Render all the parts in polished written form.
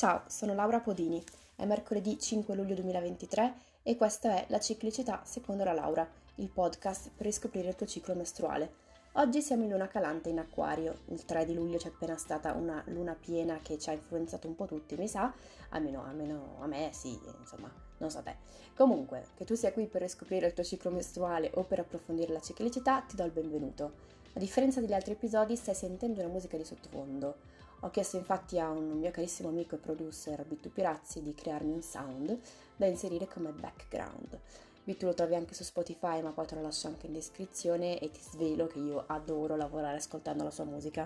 Ciao, sono Laura Podini, è mercoledì 5 luglio 2023 e questa è La ciclicità secondo la Laura, il podcast per riscoprire il tuo ciclo mestruale. Oggi siamo in luna calante in Acquario, il 3 di luglio c'è appena stata una luna piena che ci ha influenzato un po' tutti, mi sa, almeno a me, sì, insomma, non so te. Comunque, che tu sia qui per riscoprire il tuo ciclo mestruale o per approfondire la ciclicità, ti do il benvenuto. A differenza degli altri episodi, stai sentendo una musica di sottofondo. Ho chiesto infatti a un mio carissimo amico e producer Bittu Pirazzi di crearmi un sound da inserire come background. Bittu lo trovi anche su Spotify, ma poi te lo lascio anche in descrizione e ti svelo che io adoro lavorare ascoltando la sua musica.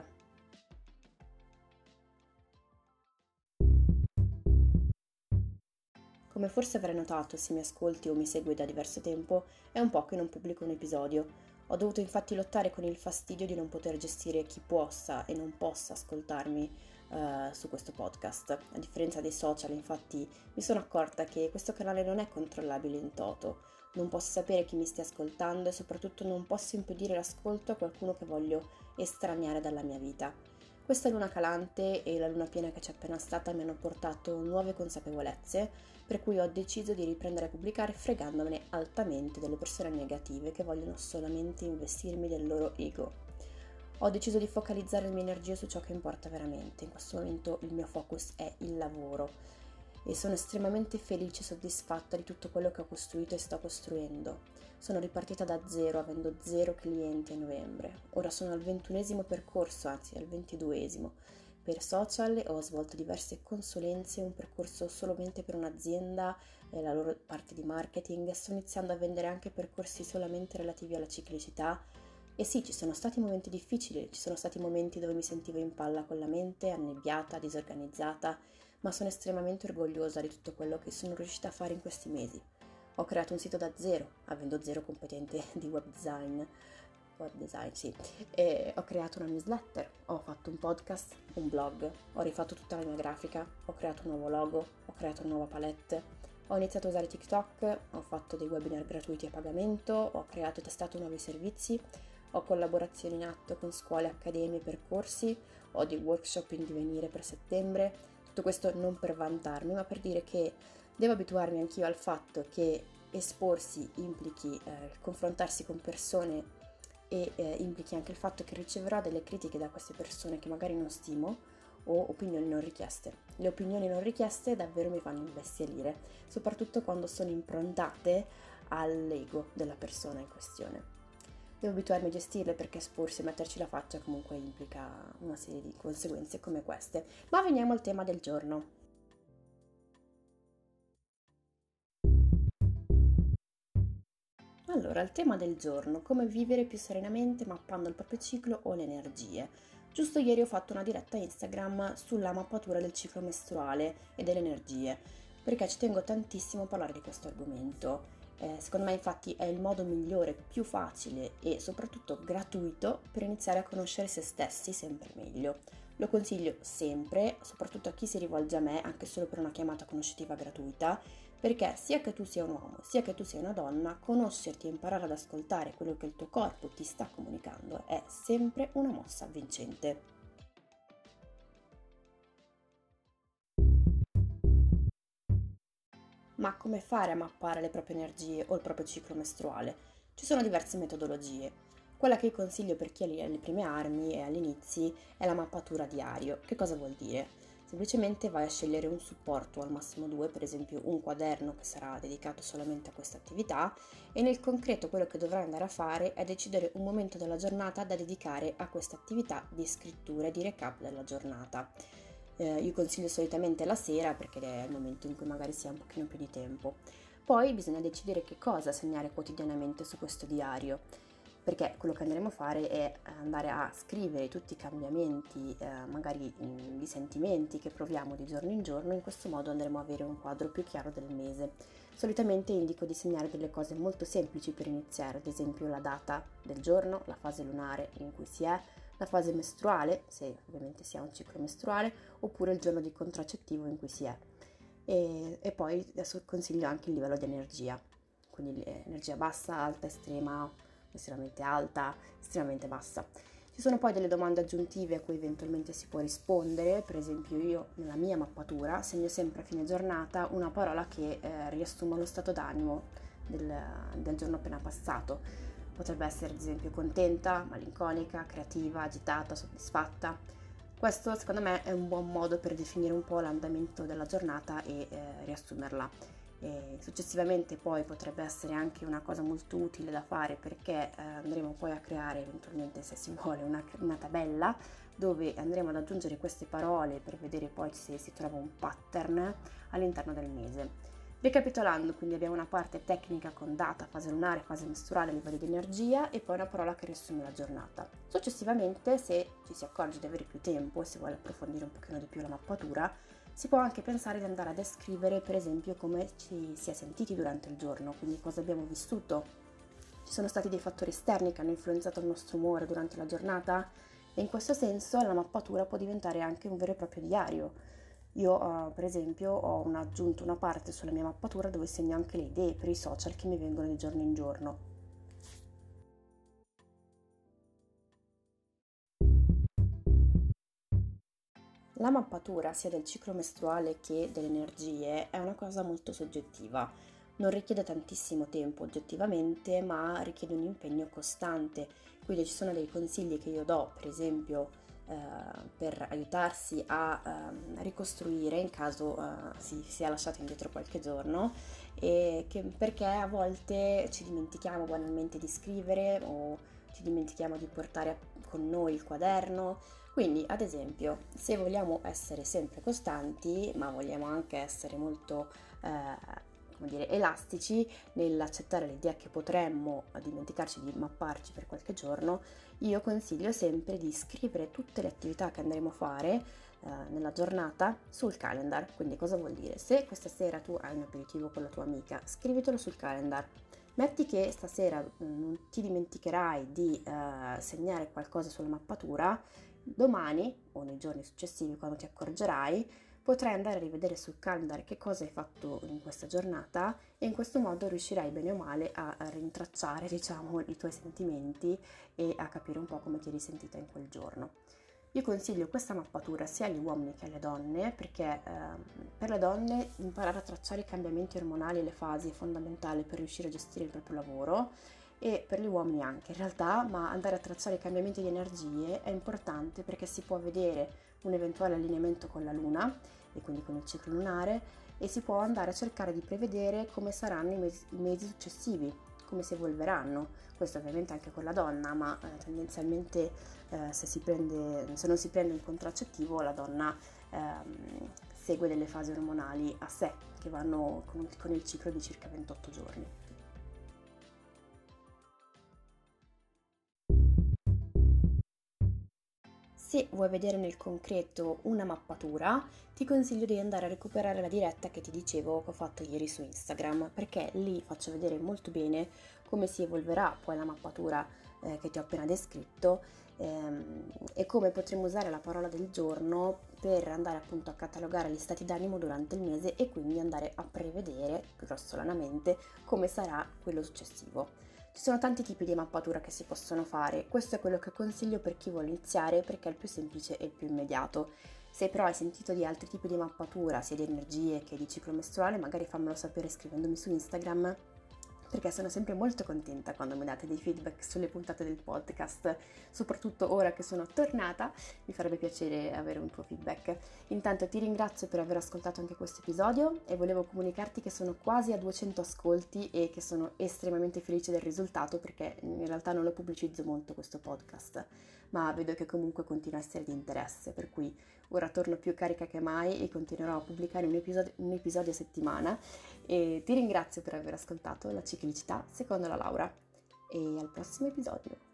Come forse avrai notato se mi ascolti o mi segui da diverso tempo, è un po' che non pubblico un episodio. Ho dovuto infatti lottare con il fastidio di non poter gestire chi possa e non possa ascoltarmi su questo podcast. A differenza dei social, infatti, mi sono accorta che questo canale non è controllabile in toto. Non posso sapere chi mi stia ascoltando e soprattutto non posso impedire l'ascolto a qualcuno che voglio estraniare dalla mia vita. Questa luna calante e la luna piena che c'è appena stata mi hanno portato nuove consapevolezze, per cui ho deciso di riprendere a pubblicare fregandomene altamente delle persone negative che vogliono solamente investirmi del loro ego. Ho deciso di focalizzare le mie energie su ciò che importa veramente. In questo momento il mio focus è il lavoro e sono estremamente felice e soddisfatta di tutto quello che ho costruito e sto costruendo. Sono ripartita da zero, avendo zero clienti a novembre. Ora sono al 21esimo percorso, anzi al 22esimo. Per social ho svolto diverse consulenze, un percorso solamente per un'azienda, la loro parte di marketing. Sto iniziando a vendere anche percorsi solamente relativi alla ciclicità. E sì, ci sono stati momenti difficili, ci sono stati momenti dove mi sentivo in palla con la mente, annebbiata, disorganizzata, ma sono estremamente orgogliosa di tutto quello che sono riuscita a fare in questi mesi. Ho creato un sito da zero, avendo zero competenze di web design sì, e ho creato una newsletter, ho fatto un podcast, un blog, ho rifatto tutta la mia grafica, ho creato un nuovo logo, ho creato una nuova palette, ho iniziato a usare TikTok, ho fatto dei webinar gratuiti a pagamento, ho creato e testato nuovi servizi, ho collaborazioni in atto con scuole, accademie, percorsi, ho dei workshop in divenire per settembre. Tutto questo non per vantarmi, ma per dire che devo abituarmi anch'io al fatto che esporsi implichi confrontarsi con persone e implichi anche il fatto che riceverò delle critiche da queste persone che magari non stimo o opinioni non richieste. Le opinioni non richieste davvero mi fanno imbestialire, soprattutto quando sono improntate all'ego della persona in questione. Devo abituarmi a gestirle perché esporsi e metterci la faccia comunque implica una serie di conseguenze come queste. Ma veniamo al tema del giorno. Allora, il tema del giorno, come vivere più serenamente mappando il proprio ciclo o le energie. Giusto ieri ho fatto una diretta Instagram sulla mappatura del ciclo mestruale e delle energie, perché ci tengo tantissimo a parlare di questo argomento. Secondo me infatti è il modo migliore, più facile e soprattutto gratuito per iniziare a conoscere se stessi sempre meglio. Lo consiglio sempre, soprattutto a chi si rivolge a me, anche solo per una chiamata conoscitiva gratuita, perché sia che tu sia un uomo, sia che tu sia una donna, conoscerti e imparare ad ascoltare quello che il tuo corpo ti sta comunicando è sempre una mossa vincente. Ma come fare a mappare le proprie energie o il proprio ciclo mestruale? Ci sono diverse metodologie. Quella che io consiglio per chi è alle prime armi e agli inizi è la mappatura diario. Che cosa vuol dire? Semplicemente vai a scegliere un supporto, al massimo due, per esempio un quaderno che sarà dedicato solamente a questa attività, e nel concreto quello che dovrai andare a fare è decidere un momento della giornata da dedicare a questa attività di scrittura e di recap della giornata. Io consiglio solitamente la sera perché è il momento in cui magari si ha un pochino più di tempo. Poi bisogna decidere che cosa segnare quotidianamente su questo diario, perché quello che andremo a fare è andare a scrivere tutti i cambiamenti, magari di sentimenti che proviamo di giorno in giorno. In questo modo andremo a avere un quadro più chiaro del mese. Solitamente indico di segnare delle cose molto semplici per iniziare, ad esempio la data del giorno, la fase lunare in cui si è, la fase mestruale, se ovviamente si ha un ciclo mestruale, oppure il giorno di contraccettivo in cui si è. E poi adesso consiglio anche il livello di energia, quindi energia bassa, alta, estrema, estremamente alta, estremamente bassa. Ci Ci sono poi delle domande aggiuntive a cui eventualmente si può rispondere, per esempio io nella mia mappatura segno sempre a fine giornata una parola che riassuma lo stato d'animo del giorno appena passato. Potrebbe essere ad esempio contenta, malinconica, creativa, agitata, soddisfatta. Questo secondo me è un buon modo per definire un po' l'andamento della giornata e riassumerla. E successivamente poi potrebbe essere anche una cosa molto utile da fare perché andremo poi a creare eventualmente, se si vuole, una tabella dove andremo ad aggiungere queste parole per vedere poi se si trova un pattern all'interno del mese. Ricapitolando, quindi abbiamo una parte tecnica con data, fase lunare, fase mestruale, livello di energia e poi una parola che riassume la giornata. Successivamente, se ci si accorge di avere più tempo e si vuole approfondire un pochino di più la mappatura, si può anche pensare di andare a descrivere, per esempio, come ci si è sentiti durante il giorno, quindi cosa abbiamo vissuto. Ci sono stati dei fattori esterni che hanno influenzato il nostro umore durante la giornata e in questo senso la mappatura può diventare anche un vero e proprio diario. Io, per esempio, ho aggiunto una parte sulla mia mappatura dove segno anche le idee per i social che mi vengono di giorno in giorno. La mappatura sia del ciclo mestruale che delle energie è una cosa molto soggettiva. Non richiede tantissimo tempo oggettivamente, ma richiede un impegno costante. Quindi ci sono dei consigli che io do, per esempio, per aiutarsi a ricostruire in caso si sia lasciato indietro qualche giorno, perché a volte ci dimentichiamo banalmente di scrivere o ci dimentichiamo di portare con noi il quaderno. Quindi, ad esempio, se vogliamo essere sempre costanti, ma vogliamo anche essere molto, come dire, elastici nell'accettare l'idea che potremmo dimenticarci di mapparci per qualche giorno, io consiglio sempre di scrivere tutte le attività che andremo a fare nella giornata sul calendar. Quindi cosa vuol dire? Se questa sera tu hai un aperitivo con la tua amica, scrivitelo sul calendar. Metti che stasera non ti dimenticherai di segnare qualcosa sulla mappatura, domani o nei giorni successivi, quando ti accorgerai, potrai andare a rivedere sul calendar che cosa hai fatto in questa giornata e in questo modo riuscirai bene o male a rintracciare, diciamo, i tuoi sentimenti e a capire un po' come ti eri sentita in quel giorno. Io consiglio questa mappatura sia agli uomini che alle donne perché per le donne imparare a tracciare i cambiamenti ormonali e le fasi è fondamentale per riuscire a gestire il proprio lavoro e per gli uomini anche in realtà, ma andare a tracciare i cambiamenti di energie è importante perché si può vedere un eventuale allineamento con la luna e quindi con il ciclo lunare e si può andare a cercare di prevedere come saranno i mesi successivi, come si evolveranno. Questo ovviamente anche con la donna, ma tendenzialmente se non si prende un contraccettivo la donna segue delle fasi ormonali a sé che vanno con il ciclo di circa 28 giorni. Se vuoi vedere nel concreto una mappatura, ti consiglio di andare a recuperare la diretta che ti dicevo che ho fatto ieri su Instagram, perché lì faccio vedere molto bene come si evolverà poi la mappatura che ti ho appena descritto e come potremo usare la parola del giorno per andare appunto a catalogare gli stati d'animo durante il mese e quindi andare a prevedere grossolanamente come sarà quello successivo. Ci sono tanti tipi di mappatura che si possono fare, questo è quello che consiglio per chi vuole iniziare perché è il più semplice e il più immediato. Se però hai sentito di altri tipi di mappatura, sia di energie che di ciclo mestruale, magari fammelo sapere scrivendomi su Instagram, perché sono sempre molto contenta quando mi date dei feedback sulle puntate del podcast, soprattutto ora che sono tornata, mi farebbe piacere avere un tuo feedback. Intanto ti ringrazio per aver ascoltato anche questo episodio e volevo comunicarti che sono quasi a 200 ascolti e che sono estremamente felice del risultato perché in realtà non lo pubblicizzo molto questo podcast, ma vedo che comunque continua a essere di interesse, per cui ora torno più carica che mai e continuerò a pubblicare un episodio a settimana e ti ringrazio per aver ascoltato La ciclicità secondo la Laura e al prossimo episodio.